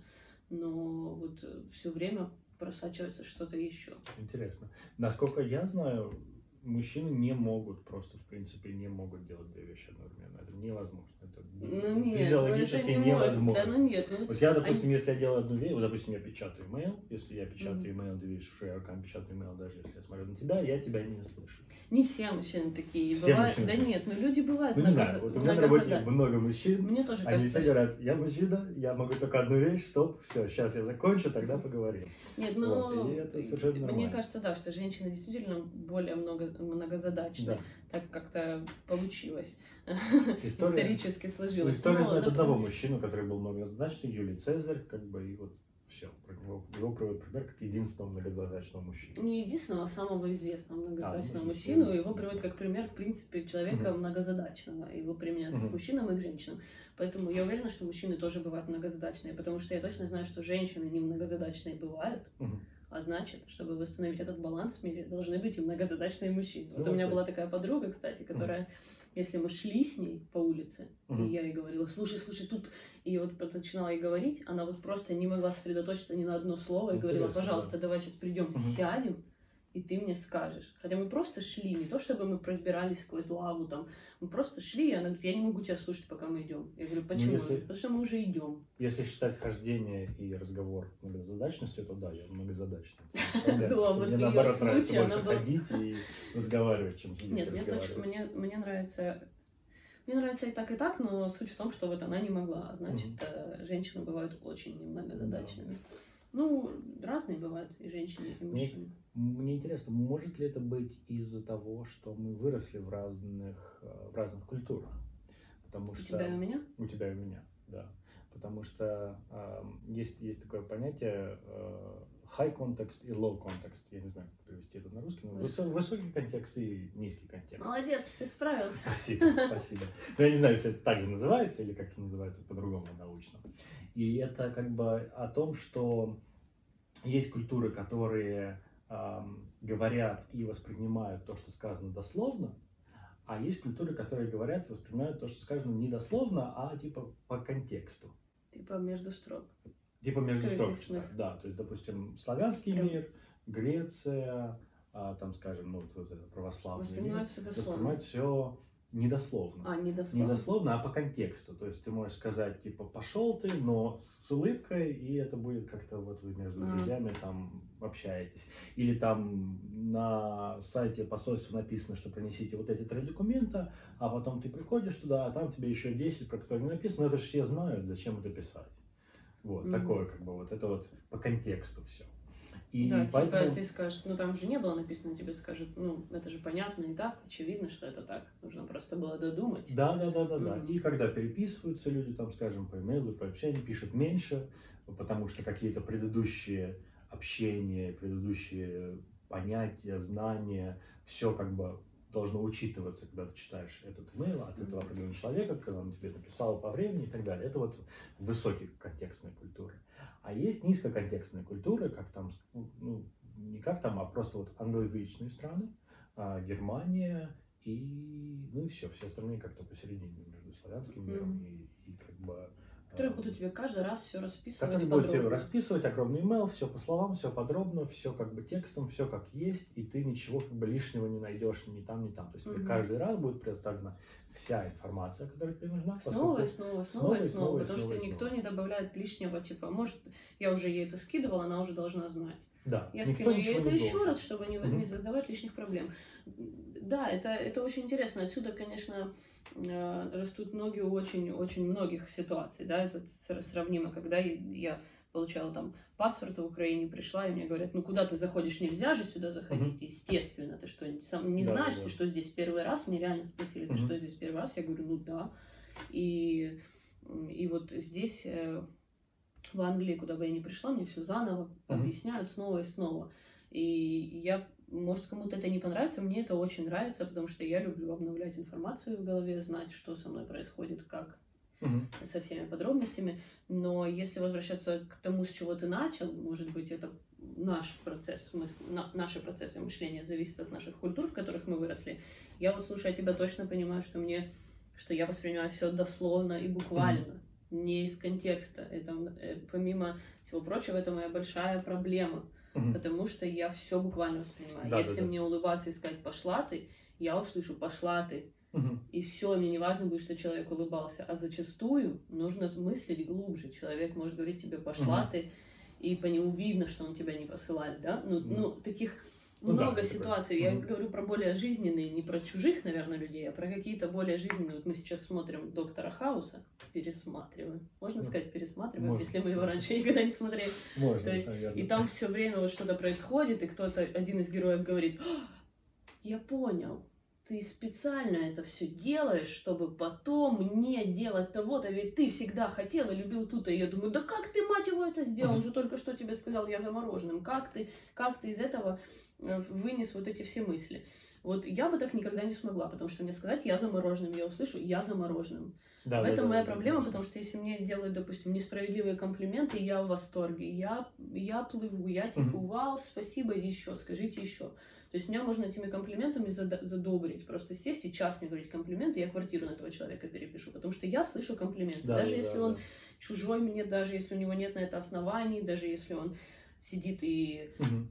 Но вот все время просачивается что-то еще. Интересно. Насколько я знаю, мужчины не могут, просто в принципе не могут делать две вещи одновременно. Это невозможно. Это физиологически невозможно. Вот я, допустим, если я делаю одну вещь, вот, допустим, я печатаю имейл, если я печатаю имейл, ты видишь, что я руками печатаю имейл, даже если я смотрю на тебя, я тебя не слышу. Не все мужчины такие. Все бывают, мужчины. Да нет, но люди бывают не знаю, вот у меня на работе много мужчин, мне тоже они все говорят, я мужчина, я могу только одну вещь, стоп, все, сейчас я закончу, тогда поговорим. Нет, ну, и это совершенно нормально. Мне кажется, да, что женщина действительно более многозадачна, так как-то получилось, исторически сложилось. История знает одного мужчину, который был многозадачный, Юлий Цезарь, как бы, и вот все, про его приводит пример как единственного многозадачного мужчину. Не единственного, а самого известного многозадачного мужчину. Его приводят как пример, в принципе, человека многозадачного. Его применяют к мужчинам и к женщинам. Поэтому я уверена, что мужчины тоже бывают многозадачные, потому что я точно знаю, что женщины не многозадачные бывают. А значит, чтобы восстановить этот баланс в мире, должны быть и многозадачные мужчины. Вот у меня была такая подруга, кстати, которая, если мы шли с ней по улице, и я ей говорила, слушай, тут... И вот начинала ей говорить, она вот просто не могла сосредоточиться ни на одно слово и говорила, пожалуйста, давай сейчас придем, сядем, и ты мне скажешь. Хотя мы просто шли, не то чтобы мы пробирались сквозь лаву там, мы просто шли, и она говорит, я не могу тебя слушать, пока мы идем. Я говорю, почему? Потому что мы уже идем. Если считать хождение и разговор многозадачностью, то да, я многозадачный. Мне наоборот нравится больше ходить и разговаривать, чем сидеть. Нет, мне нравится... Мне нравится и так, но суть в том, что вот она не могла. Значит, женщины бывают очень немногозадачными. Ну, разные бывают и женщины, и мужчины. Мне интересно, может ли это быть из-за того, что мы выросли в разных культурах? Потому У что тебя и у меня? у тебя и у меня, да. Потому что есть такое понятие high context и low context. Я не знаю, как перевести это на русский, но высокий контекст и низкий контекст. Молодец, ты справился. Спасибо, спасибо. Но я не знаю, если это так же называется или как-то называется по-другому научно. И это как бы о том, что есть культуры, которые говорят и воспринимают то, что сказано дословно, а есть культуры, которые говорят и воспринимают то, что сказано не дословно, а типа по контексту. Типа между строк. Типа между Скрытый строк, смысл. да. То есть, допустим, славянский Прям. мир, Греция, там, скажем, ну, вот это православный мир, Воспринимается дословно. воспринимают все недословно. А, Не недословно. дословно, а по контексту. То есть ты можешь сказать, типа, пошел ты, но с улыбкой, и это будет как-то вот вы между друзьями там общаетесь. Или там на сайте посольства написано, что принесите вот эти 3 документа, а потом ты приходишь туда, а там тебе еще 10, про которые не написано. Но это же все знают, зачем это писать. Вот, такое как бы вот, это вот по контексту все. И Да, поэтому... типа ты скажешь, ну там же не было написано, тебе скажут, ну это же понятно и так, очевидно, что это так. Нужно просто было додумать. Да. И когда переписываются люди, там, скажем, по имейлу, по общению, пишут меньше, потому что какие-то предыдущие общения, предыдущие понятия, знания, все как бы должно учитываться, когда ты читаешь этот имейл от этого определенного человека, когда он тебе написал по времени и так далее. Это вот высокие контекстные культуры. А есть низкоконтекстные культуры, как там, ну, не как там, а просто вот англоязычные страны, Германия и все остальные как-то посередине между славянским миром и как бы... Которые будут тебе каждый раз все расписывать Которые подробно. будут тебе расписывать огромный email, все по словам, все подробно, все как бы текстом, все как есть, и ты ничего как бы лишнего не найдешь ни там, ни там. То есть тебе каждый раз будет предоставлена вся информация, которая тебе нужна. Снова, потому что никто не добавляет лишнего, типа, может, я уже ей это скидывала, она уже должна знать. Да, я скину ей это еще раз, чтобы не создавать лишних проблем. Да, это очень интересно. Отсюда, конечно, растут ноги у очень многих ситуаций. Да, это сравнимо, когда я получала там паспорт в Украине, пришла, и мне говорят, ну куда ты заходишь, нельзя же сюда заходить, естественно, ты что, сам не знаешь, ты что здесь первый раз? Мне реально спросили, ты что здесь первый раз? Я говорю, ну да. И вот здесь, в Англии, куда бы я ни пришла, мне все заново объясняют снова и снова. И может, кому-то это не понравится, мне это очень нравится, потому что я люблю обновлять информацию в голове, знать, что со мной происходит, как, со всеми подробностями. Но если возвращаться к тому, с чего ты начал, может быть, это наш процесс, наши процессы мышления зависят от наших культур, в которых мы выросли. Я вот, слушая тебя, точно понимаю, что я воспринимаю все дословно и буквально, не из контекста. Это, помимо всего прочего, это моя большая проблема. Потому что я все буквально воспринимаю. Если мне улыбаться и сказать «пошла ты», я услышу «пошла ты». И все, мне не важно будет, что человек улыбался. А зачастую нужно мыслить глубже. Человек может говорить тебе «пошла ты», и по нему видно, что он тебя не посылает. Да? Таких много ситуаций. Я говорю про более жизненные, не про чужих, наверное, людей, а про какие-то более жизненные. Вот мы сейчас смотрим «Доктора Хауса», пересматриваем. Можно сказать пересматриваем, если мы его раньше никогда не смотрели. Можно, то есть, и там все время вот что-то происходит, и один из героев говорит: я понял, ты специально это все делаешь, чтобы потом не делать того-то, ведь ты всегда хотел и любил тут-то. И я думаю, да как ты, мать его, это сделал? Он же только что тебе сказал, я замороженным. Как ты из этого вынес вот эти все мысли? Вот я бы так никогда не смогла, потому что мне сказать «я замороженным», я услышу «я замороженным». В этом моя проблема, потому что если мне делают, допустим, несправедливые комплименты, я в восторге, я плыву, я типа «вау, спасибо, еще, скажите еще». То есть меня можно этими комплиментами задобрить, просто сесть и час мне говорить комплименты, я квартиру на этого человека перепишу, потому что я слышу комплименты, даже если он чужой мне, даже если у него нет на это оснований, даже если он сидит и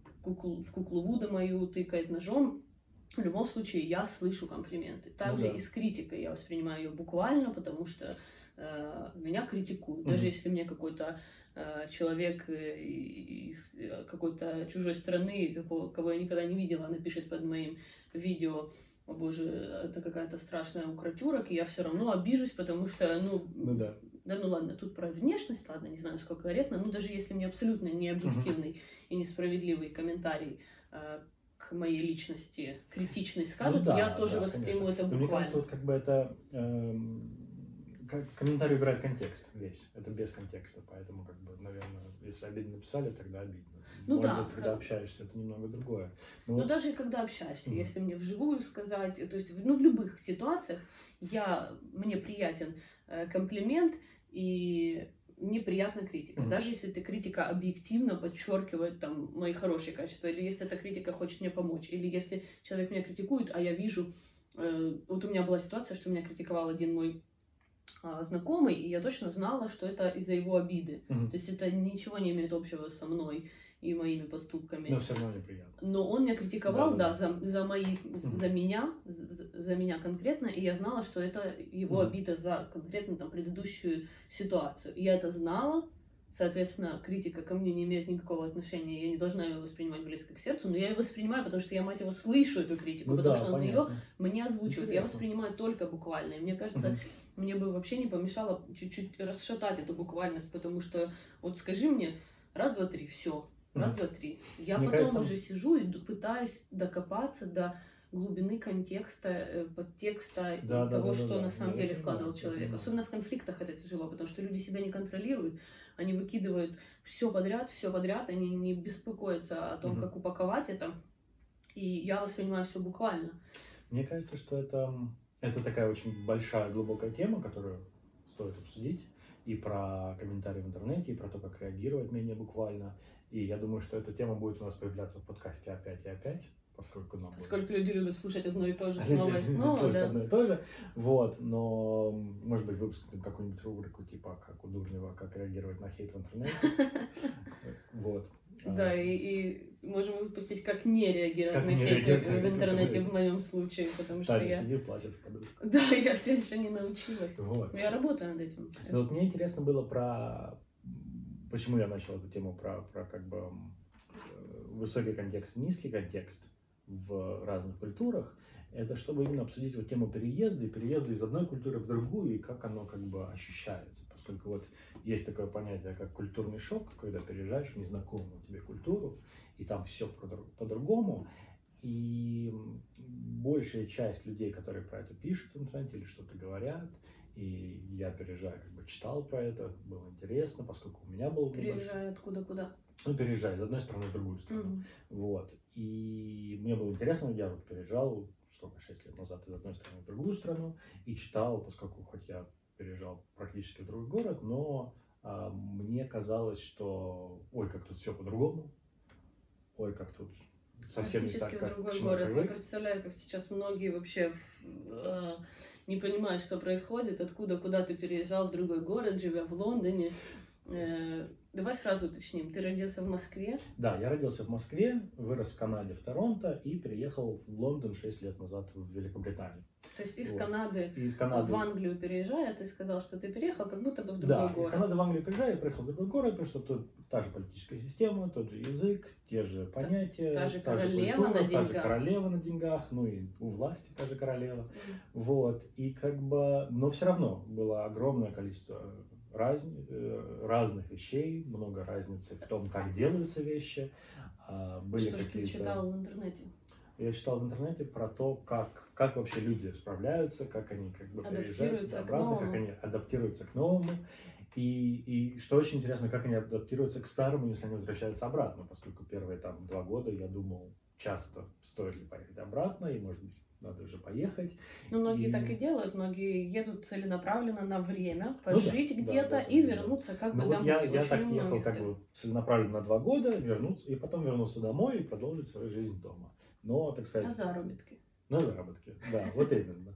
в куклу Вуда мою тыкает ножом, в любом случае я слышу комплименты. Также и с критикой я воспринимаю ее буквально, потому что меня критикуют. Даже если мне какой-то человек из какой-то чужой страны, кого я никогда не видела, напишет под моим видео: «О боже, это какая-то страшная укротюрок», и я все равно обижусь, потому что, да, ну ладно, тут про внешность, ладно, не знаю, сколько корректно, но даже если мне абсолютно не объективный и несправедливый комментарий к моей личности критичный скажут, Ну да, я тоже да, восприму конечно. это Но буквально. мне кажется, вот как бы это комментарий убирает контекст весь. Это без контекста, поэтому, как бы, наверное, если обидно написали, тогда обидно. Ну Может да, быть, когда общаешься, это немного другое. Но Вот, даже когда общаешься, Мгм. если мне вживую сказать, то есть, ну, в любых ситуациях мне приятен комплимент и мне приятна критика. Мгм. Даже если эта критика объективно подчеркивает там мои хорошие качества, или если эта критика хочет мне помочь, или если человек меня критикует, а я вижу, вот у меня была ситуация, что меня критиковал один мой знакомый, и я точно знала, что это из-за его обиды. Мгм. То есть это ничего не имеет общего со мной и моими поступками. Но все равно неприятно. Но он меня критиковал, Да. за меня конкретно, и я знала, что это его Мгм. обида за конкретно там предыдущую ситуацию. И я это знала, соответственно, критика ко мне не имеет никакого отношения, я не должна ее воспринимать близко к сердцу, но я ее воспринимаю, потому что я, мать его, слышу эту критику, Ну потому да, что он ее понятно. мне озвучивает. Я Интересно. воспринимаю только буквально. И мне кажется, Мгм. мне бы вообще не помешало чуть-чуть расшатать эту буквальность, потому что вот скажи мне раз, два, три, все. Раз, Мгм. два, три. Я Мне потом кажется, уже сижу и пытаюсь докопаться до глубины контекста, подтекста и того, что на самом деле вкладывал человек. Особенно в конфликтах это тяжело, потому что люди себя не контролируют, они выкидывают все подряд, они не беспокоятся о том, Мгм. как упаковать это. И я воспринимаю все буквально. Мне кажется, что это такая очень большая, глубокая тема, которую стоит обсудить. И про комментарии в интернете, и про то, как реагировать менее буквально. И я думаю, что эта тема будет у нас появляться в подкасте опять и опять, поскольку нам будет Поскольку люди любят слушать одно и то же снова и снова, слышать да. одно и то же. Вот, но, может быть, выпустим какую-нибудь рубрику, типа, как у Дурнева, как реагировать на хейт в интернете. Вот. Да, и можем выпустить, как не реагировать Как на не хейт реагировать в на интернете хейт. в моем случае, потому что Таня я... сидит, плачет с подружкой. Да, я все еще не научилась. Вот. Я работаю над этим. Но вот мне интересно было почему я начал эту тему про как бы высокий контекст, низкий контекст в разных культурах. Это чтобы именно обсудить вот тему переезда из одной культуры в другую и как оно как бы ощущается. Поскольку вот есть такое понятие, как культурный шок, когда переезжаешь в незнакомую тебе культуру, и там все по-другому. И большая часть людей, которые про это пишут в интернете или что-то говорят, и я переезжаю, как бы читал про это, было интересно, поскольку у меня был Переезжаю откуда куда. Ну, переезжай из одной страны в другую страну. Вот. И мне было интересно, я вот переезжал, 6 лет назад из одной страны в другую страну, и читал, поскольку хоть я переезжал практически в другой город, но мне казалось, что ой, как тут все по-другому, ой, как тут совсем не так, Практически в как другой к чему город. Я привык. представляю, как сейчас многие вообще не понимают, что происходит, куда ты переезжал в другой город, живя в Лондоне. Давай сразу уточним. Ты родился в Москве? Да, я родился в Москве, вырос в Канаде, в Торонто и переехал в Лондон 6 лет назад в Великобританию. То есть из Вот. Канады И из Канады в Англию переезжая, ты сказал, что ты переехал как будто бы в другой Да, город. из Канады в Англию приезжаю, я приехал в другой город, потому что тут та же политическая система, тот же язык, те же понятия, та же та же королева культура, на та же деньгах. королева на деньгах, ну и у власти та же королева. Вот, и как бы, но все равно было огромное количество разных вещей, много разницы в том, как делаются вещи. Были Что ж ты читал в интернете? Я читал в интернете про то, как вообще люди справляются, как они как бы переезжают обратно, как они адаптируются к новому. И что очень интересно, как они адаптируются к старому, если они возвращаются обратно, поскольку первые там 2 года я думал часто, стоит ли поехать обратно, и может быть надо уже поехать. Ну, многие так и делают, многие едут целенаправленно на время, пожить где-то и вернуться как бы вот домой. я так ехал как бы целенаправленно на 2 года, и потом вернулся домой и продолжить свою жизнь дома. Но, так сказать... На заработки. На заработки, да, вот именно.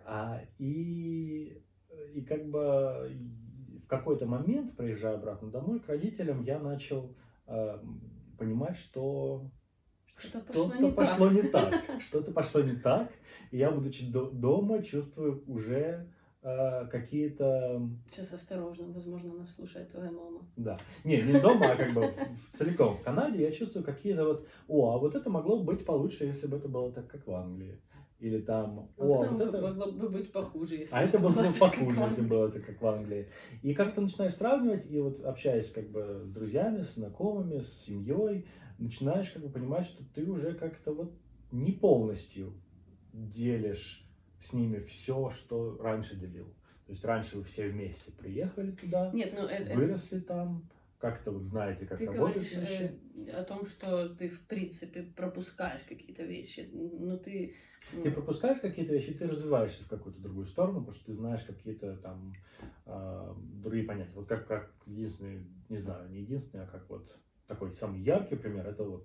И как бы в какой-то момент, приезжая обратно домой к родителям, я начал понимать, что что-то пошло не так. Что-то пошло не так. И я, будучи дома, чувствую уже какие-то... Сейчас осторожно, возможно, нас слушает твоя мама. Да. Не дома, а как бы целиком в Канаде я чувствую какие-то а вот это могло быть получше, если бы это было так, как в Англии. или там, Вот это могло бы быть похуже, если а это было бы так, похуже, как в если было это как в Англии. И как-то начинаешь сравнивать, и вот общаясь как бы с друзьями, с знакомыми, с семьей, начинаешь как бы понимать, что ты уже как-то вот не полностью делишь с ними все, что раньше делил. То есть раньше вы все вместе приехали туда, Нет, ну выросли там, как-то вот знаете, как ты работают говоришь вещи. о том, что ты в принципе пропускаешь какие-то вещи, но ты Ты пропускаешь какие-то вещи, ты развиваешься в какую-то другую сторону, потому что ты знаешь какие-то там другие понятия. Вот как единственный, не знаю, не единственный, а как вот такой самый яркий пример, это вот,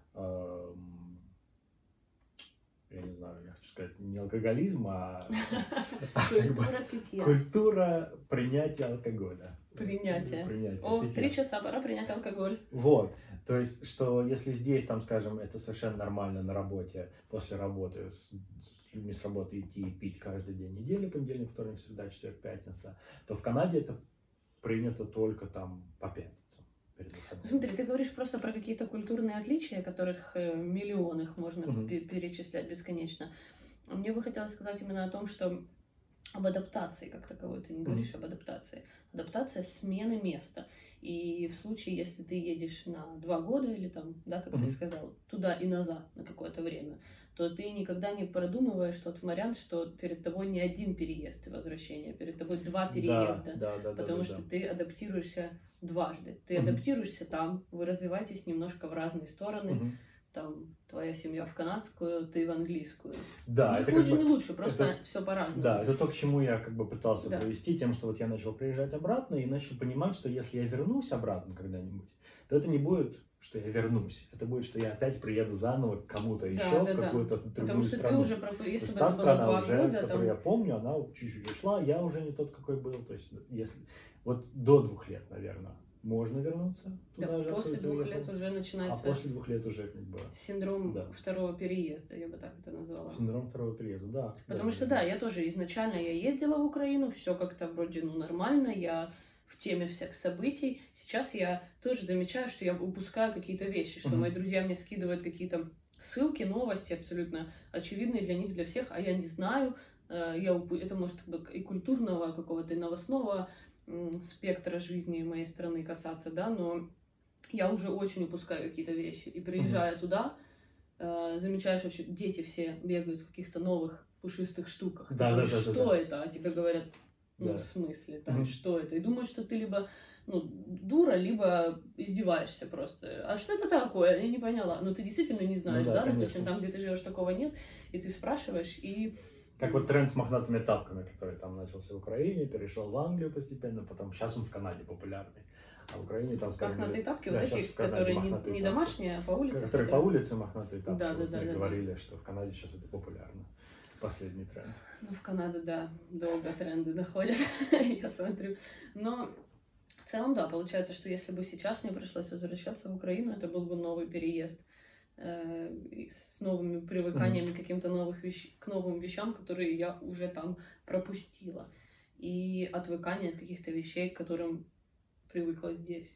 я не знаю, я хочу сказать, не алкоголизм, а культура питья. культура принятия алкоголя. Принятие. Принятие, питья. 3 часа, пора принять алкоголь. Вот, то есть, что если здесь, там, скажем, это совершенно нормально на работе, после работы с людьми с работы идти и пить каждый день недели, понедельник, вторник, среда, четверг, пятница, то в Канаде это принято только там по пятницам перед выходными. Смотри, ты говоришь просто про какие-то культурные отличия, которых миллион их можно перечислять бесконечно. А мне бы хотелось сказать именно о том, что об адаптации как таковой. Ты не говоришь об адаптации. Адаптация смены места. И в случае, если ты едешь на 2 года или там, да, как ты сказал, туда и назад на какое-то время, то ты никогда не продумываешь тот вариант, что перед тобой не один переезд и возвращение, перед тобой 2 переезда, потому что ты адаптируешься дважды. Ты адаптируешься там, вы развиваетесь немножко в разные стороны, там твоя семья в канадскую, ты в английскую. Да, не это хуже, как бы, не лучше, просто это, все по-разному. Да, это то, к чему я как бы пытался привести, тем, что вот я начал приезжать обратно и начал понимать, что если я вернусь обратно когда-нибудь, то это не будет, что я вернусь, это будет, что я опять приеду заново к кому-то еще, в какую-то другую Потому что страну. ты уже, если бы та это было страна 2 уже, года, которую я помню, она чуть-чуть ушла, я уже не тот, какой был. То есть, если вот до 2 лет, наверное, можно вернуться туда же. После 2 лет уже начинается. А после 2 лет уже как бы синдром второго переезда, я бы так это назвала. Синдром второго переезда, да. Потому что я тоже изначально я ездила в Украину, все как-то вроде нормально, я в теме всех событий. Сейчас я тоже замечаю, что я упускаю какие-то вещи, что мои друзья мне скидывают какие-то ссылки, новости абсолютно очевидные для них, для всех, а я не знаю. Это может быть и культурного какого-то, и новостного спектра жизни моей страны касаться, да, но я уже очень упускаю какие-то вещи. И приезжая туда, замечаешь, что дети все бегают в каких-то новых пушистых штуках. Что это? А тебе говорят, в смысле, что это? И думаешь, что ты либо дура, либо издеваешься просто. А что это такое? Я не поняла. Но ты действительно не знаешь, допустим, там, где ты живешь, такого нет, и ты спрашиваешь, и... Как вот тренд с мохнатыми тапками, который там начался в Украине, перешел в Англию постепенно, потом сейчас он в Канаде популярный. А в Украине там, скажем... Мохнатые тапки, вот эти, которые не домашние, а по улице. Которые по улице мохнатые тапки. Да. Мы говорили, что в Канаде сейчас это популярно. Последний тренд. Ну, в Канаду, долго тренды доходят, я смотрю. Но в целом, получается, что если бы сейчас мне пришлось возвращаться в Украину, это был бы новый переезд с новыми привыканиями к новым вещам, которые я уже там пропустила. И отвыкание от каких-то вещей, к которым привыкла здесь.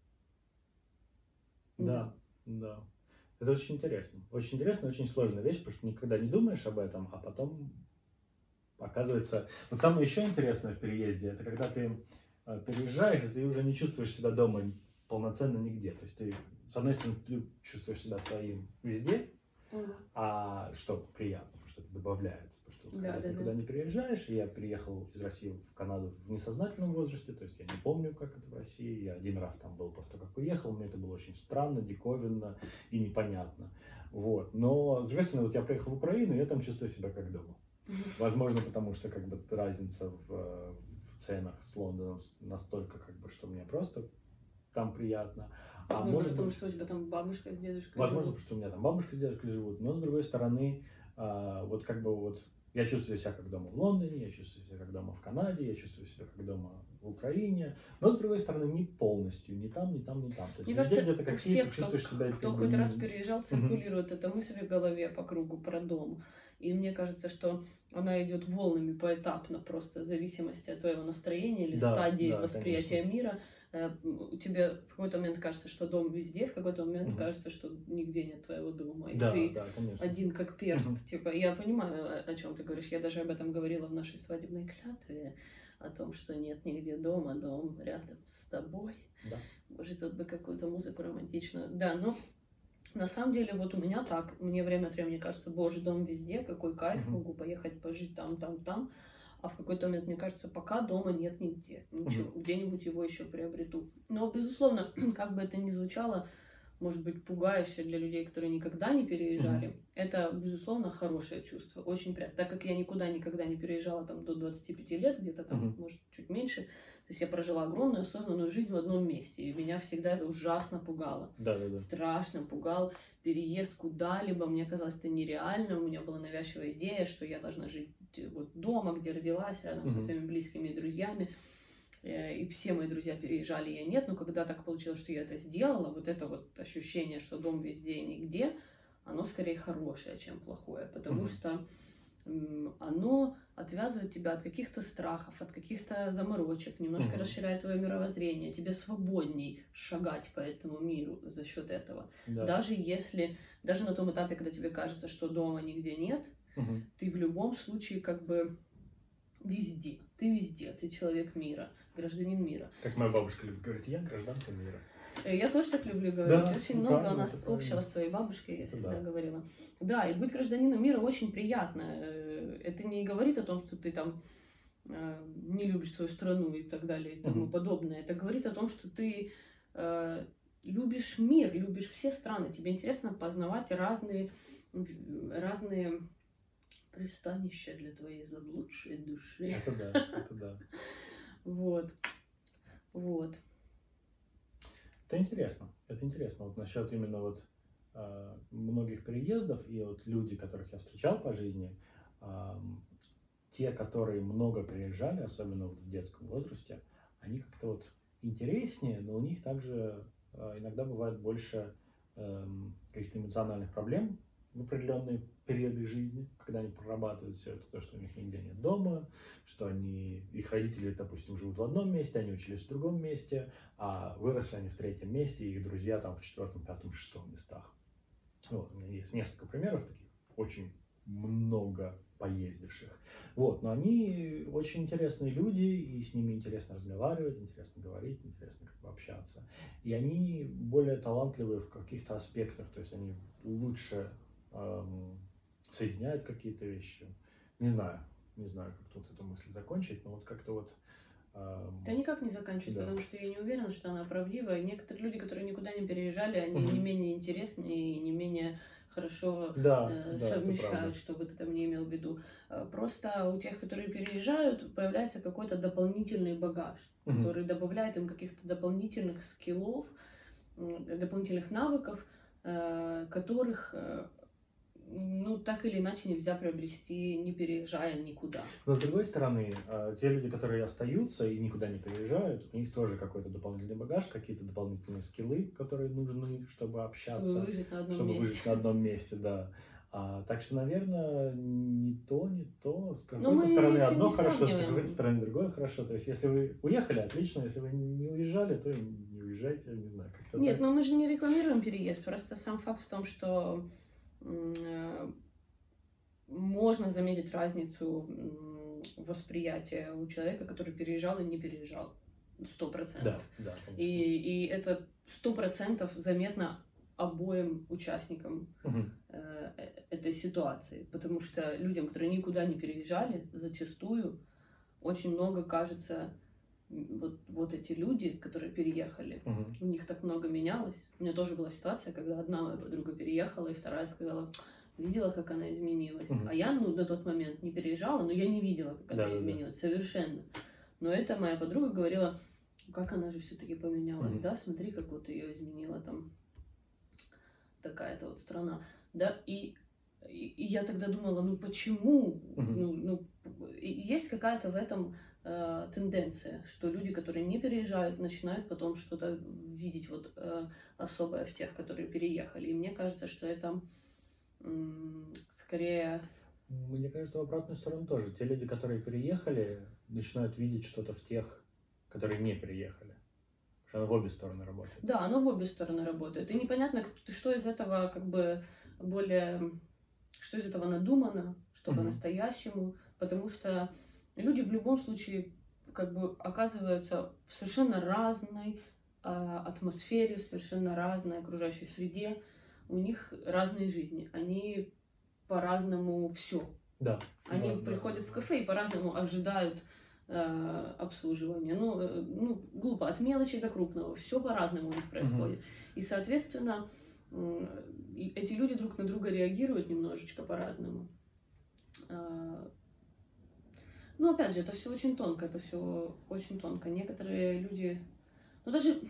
Да. Это очень интересно. Очень интересно, очень сложная вещь, потому что никогда не думаешь об этом, а потом оказывается... Вот самое еще интересное в переезде, это когда ты переезжаешь, и ты уже не чувствуешь себя дома полноценно нигде. То есть ты, с одной стороны, ты чувствуешь себя своим везде, а что приятно, потому что это добавляется. Потому что когда ты никуда не переезжаешь, я переехал из России в Канаду в несознательном возрасте, то есть я не помню, как это в России. Я один раз там был после того, как уехал, мне это было очень странно, диковинно и непонятно. Вот. Но, с другой стороны, вот я приехал в Украину, и я там чувствую себя как дома. Возможно, потому что как бы разница в ценах с Лондоном настолько, как бы, что мне просто там приятно. А может, потому что у тебя там бабушка с дедушкой возможно, живут. потому что у меня там бабушка с дедушкой живут, но с другой стороны, вот как бы вот я чувствую себя как дома в Лондоне, я чувствую себя как дома в Канаде, я чувствую себя как дома в Украине, но с другой стороны не полностью, ни там, ни там, ни там. То есть везде где-то какие-то чувствуешь себя... Кто хоть раз переезжал, циркулирует эта мысль в голове по кругу про дом. И мне кажется, что она идет волнами поэтапно, просто в зависимости от твоего настроения или стадии восприятия мира. тебе в какой-то момент кажется, что дом везде, в какой-то момент Мгм. кажется, что нигде нет твоего дома, и Да, ты да, конечно. один как перст. Мгм. Типа, я понимаю, о чем ты говоришь. Я даже об этом говорила в нашей свадебной клятве, о том, что нет нигде дома, дом рядом с тобой. Да. Может, тут бы какую-то музыку романтичную. Да, но на самом деле вот у меня так. Мне время от времени кажется, боже, дом везде, какой кайф, Мгм. могу поехать пожить там, там, там. А в какой-то момент мне кажется, пока дома нет нигде. Ничего, где-нибудь его еще приобрету. Но, безусловно, как бы это ни звучало, может быть, пугающе для людей, которые никогда не переезжали, это, безусловно, хорошее чувство. Очень приятно. Так как я никогда не переезжала там до 25 лет, где-то там, Мгм. может, чуть меньше, то есть я прожила огромную осознанную жизнь в одном месте, и меня всегда это ужасно пугало. Да, да, да. Страшно пугал переезд куда-либо. Мне казалось это нереально. У меня была навязчивая идея, что я должна жить вот дома, где родилась, рядом со Мгм. своими близкими и друзьями. И все мои друзья переезжали, я нет. Но когда так получилось, что я это сделала, вот это вот ощущение, что дом везде и нигде, оно скорее хорошее, чем плохое. Потому Мгм. что оно отвязывает тебя от каких-то страхов, от каких-то заморочек, немножко Мгм. расширяет твое мировоззрение, тебе свободней шагать по этому миру за счет этого. Да. Даже на том этапе, когда тебе кажется, что дома нигде нет, Мгм. ты в любом случае как бы везде. Ты везде, ты человек мира, гражданин мира. Как моя бабушка любит говорить, я гражданка мира. Я тоже так люблю говорить. Да, Очень ну, много у правильно, нас это правильно. общего с твоей бабушкой, я Это всегда да. говорила. Да, и быть гражданином мира очень приятно. Это не говорит о том, что ты там не любишь свою страну и так далее и тому Мгм. подобное. Это говорит о том, что ты любишь мир, любишь все страны. Тебе интересно познавать разные пристанища для твоей заблудшей души. Это да, это да. Вот. Вот. Это интересно. Это интересно. Вот насчет именно вот многих переездов и вот люди, которых я встречал по жизни, те, которые много переезжали, особенно вот в детском возрасте, они как-то вот интереснее, но у них также иногда бывает больше каких-то эмоциональных проблем в определенные периоды жизни, когда они прорабатывают все это, то, что у них нигде нет дома, что их родители, допустим, живут в одном месте, они учились в другом месте, а выросли они в третьем месте, и их друзья там в четвертом, пятом, шестом местах. Вот, у меня есть несколько примеров таких, очень много поездивших. Вот, но они очень интересные люди, и с ними интересно разговаривать, интересно говорить, интересно как бы общаться. И они более талантливые в каких-то аспектах, то есть они лучше соединяют какие-то вещи. Не знаю, как тут эту мысль закончить, но вот как-то вот... Да никак не заканчивать, Да. потому что я не уверена, что она правдива. И некоторые люди, которые никуда не переезжали, они Мгм. не менее интересны и не менее хорошо Да, это правда. совмещают, что бы ты там не имел в виду. Просто у тех, которые переезжают, появляется какой-то дополнительный багаж, Мгм. который добавляет им каких-то дополнительных скиллов, дополнительных навыков, которых ну, так или иначе нельзя приобрести, не переезжая никуда. Но с другой стороны, те люди, которые остаются и никуда не переезжают, у них тоже какой-то дополнительный багаж, какие-то дополнительные скиллы, которые нужны, чтобы общаться. Чтобы выжить на одном чтобы месте. выжить на одном месте, да. Так что, наверное, не то. С Но какой-то мы стороны их и одно не хорошо, с сравниваем. какой-то стороны другое хорошо. То есть, если вы уехали, отлично. Если вы не уезжали, то и не уезжайте, не знаю, как-то Нет, так. но мы же не рекламируем переезд. Просто сам факт в том, что можно заметить разницу восприятия у человека, который переезжал и не переезжал. 100%. Да, конечно. И это 100% заметно обоим участникам Мгм. этой ситуации. Потому что людям, которые никуда не переезжали, зачастую очень много кажется, вот эти люди, которые переехали, Мгм. у них так много менялось. У меня тоже была ситуация, когда одна моя подруга переехала, и вторая сказала, видела, как она изменилась. Мгм. А я, на тот момент не переезжала, но я не видела, как она Да-да-да. изменилась. Совершенно. Но эта моя подруга говорила, как она же все-таки поменялась, Мгм. да, смотри, как вот ее изменила там такая-то вот страна, да, и я тогда думала, ну почему, Мгм. есть какая-то в этом тенденция, что люди, которые не переезжают, начинают потом что-то видеть вот особое в тех, которые переехали, и мне кажется, что это скорее... Мне кажется, в обратную сторону тоже. Те люди, которые переехали, начинают видеть что-то в тех, которые не переехали. Что оно в обе стороны работает. Да, оно в обе стороны работает. И непонятно, что из этого как бы более... Что из этого надумано, что по-настоящему. Потому что люди в любом случае как бы оказываются в совершенно разной атмосфере, в совершенно разной окружающей среде. У них разные жизни. Они по-разному все. Да. Они приходят в кафе и по-разному ожидают обслуживания. Ну, глупо, от мелочи до крупного. Все по-разному у них происходит. И, соответственно, эти люди друг на друга реагируют немножечко по-разному. Ну, опять же, это все очень тонко, это все очень тонко. Некоторые люди, ну, даже,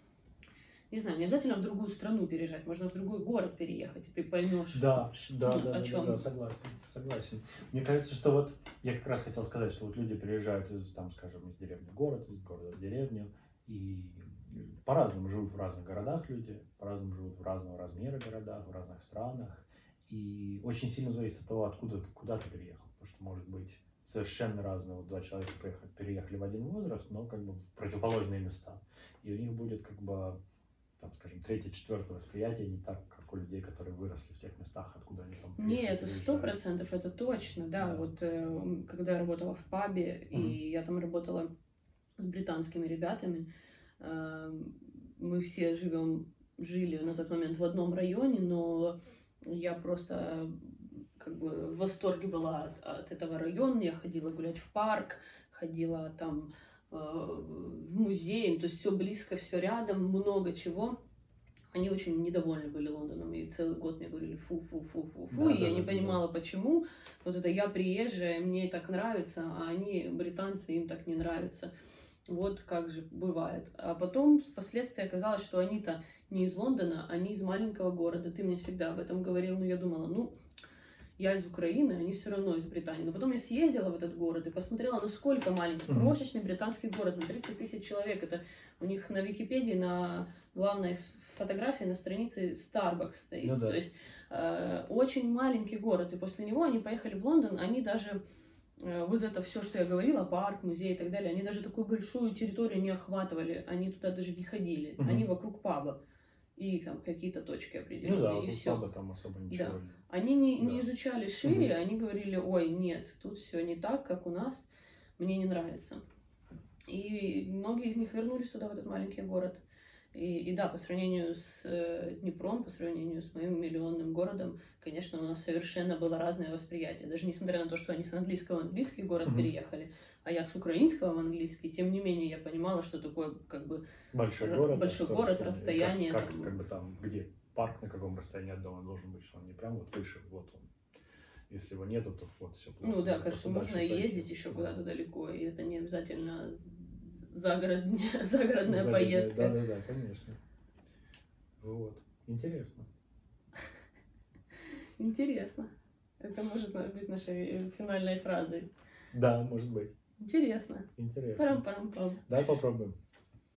не знаю, не обязательно в другую страну переезжать, можно в другой город переехать, и ты поймешь. Да, чем. согласен. Мне кажется, что вот я как раз хотел сказать, что вот люди переезжают из, там, скажем, из деревни в город, из города в деревню, и по-разному живут в разных городах люди, по-разному живут в разного размера городах, в разных странах, и очень сильно зависит от того, откуда, куда ты переехал, потому что может быть совершенно разные, вот два человека переехали в один возраст, но как бы в противоположные места, и у них будет как бы, там, скажем, третье, четвертое восприятие не так, как у людей, которые выросли в тех местах, откуда они там приехали. Нет, это 100%, это точно, да. Вот когда я работала в пабе, и я там работала с британскими ребятами, мы все жили на тот момент в одном районе, но я просто как бы в восторге была от этого района. Я ходила гулять в парк, ходила там в музей, то есть все близко, все рядом, много чего. Они очень недовольны были Лондоном, и целый год мне говорили фу, и я не понимала, почему. Вот это я приезжая, мне так нравится, а они, британцы, им так не нравится. Вот как же бывает. А потом впоследствии оказалось, что они-то не из Лондона, они из маленького города. Ты мне всегда об этом говорил, но я думала, я из Украины, они все равно из Британии. Но потом я съездила в этот город и посмотрела, насколько маленький, крошечный британский город, на 30 тысяч человек. Это у них на Википедии, на главной фотографии на странице Starbucks стоит. Ну, да. То есть очень маленький город. И после него они поехали в Лондон, они даже... Вот это все, что я говорила, парк, музей и так далее, они даже такую большую территорию не охватывали, они туда даже не ходили, они вокруг паба и там какие-то точки определенные. Ну да, и вокруг все. паба там особо ничего. Да. Они не изучали шире, они говорили, ой, нет, тут все не так, как у нас, мне не нравится. И многие из них вернулись туда, в этот маленький город. И да, по сравнению с Днепром, по сравнению с моим миллионным городом, конечно, у нас совершенно было разное восприятие. Даже несмотря на то, что они с английского в английский город переехали, а я с украинского в английский, тем не менее я понимала, что такое как бы большой город, расстояние. Как бы там, где парк, на каком расстоянии от дома должен быть, что он не прям вот выше, вот он. Если его нету, то вот все. Ну да, кажется, можно ездить еще куда-то далеко, и это не обязательно загородная поездка. Да, конечно. Вот. Интересно. Интересно. Это может быть нашей финальной фразой. Да, может быть. Интересно. Интересно. Парам-парам-пам. Давай попробуем.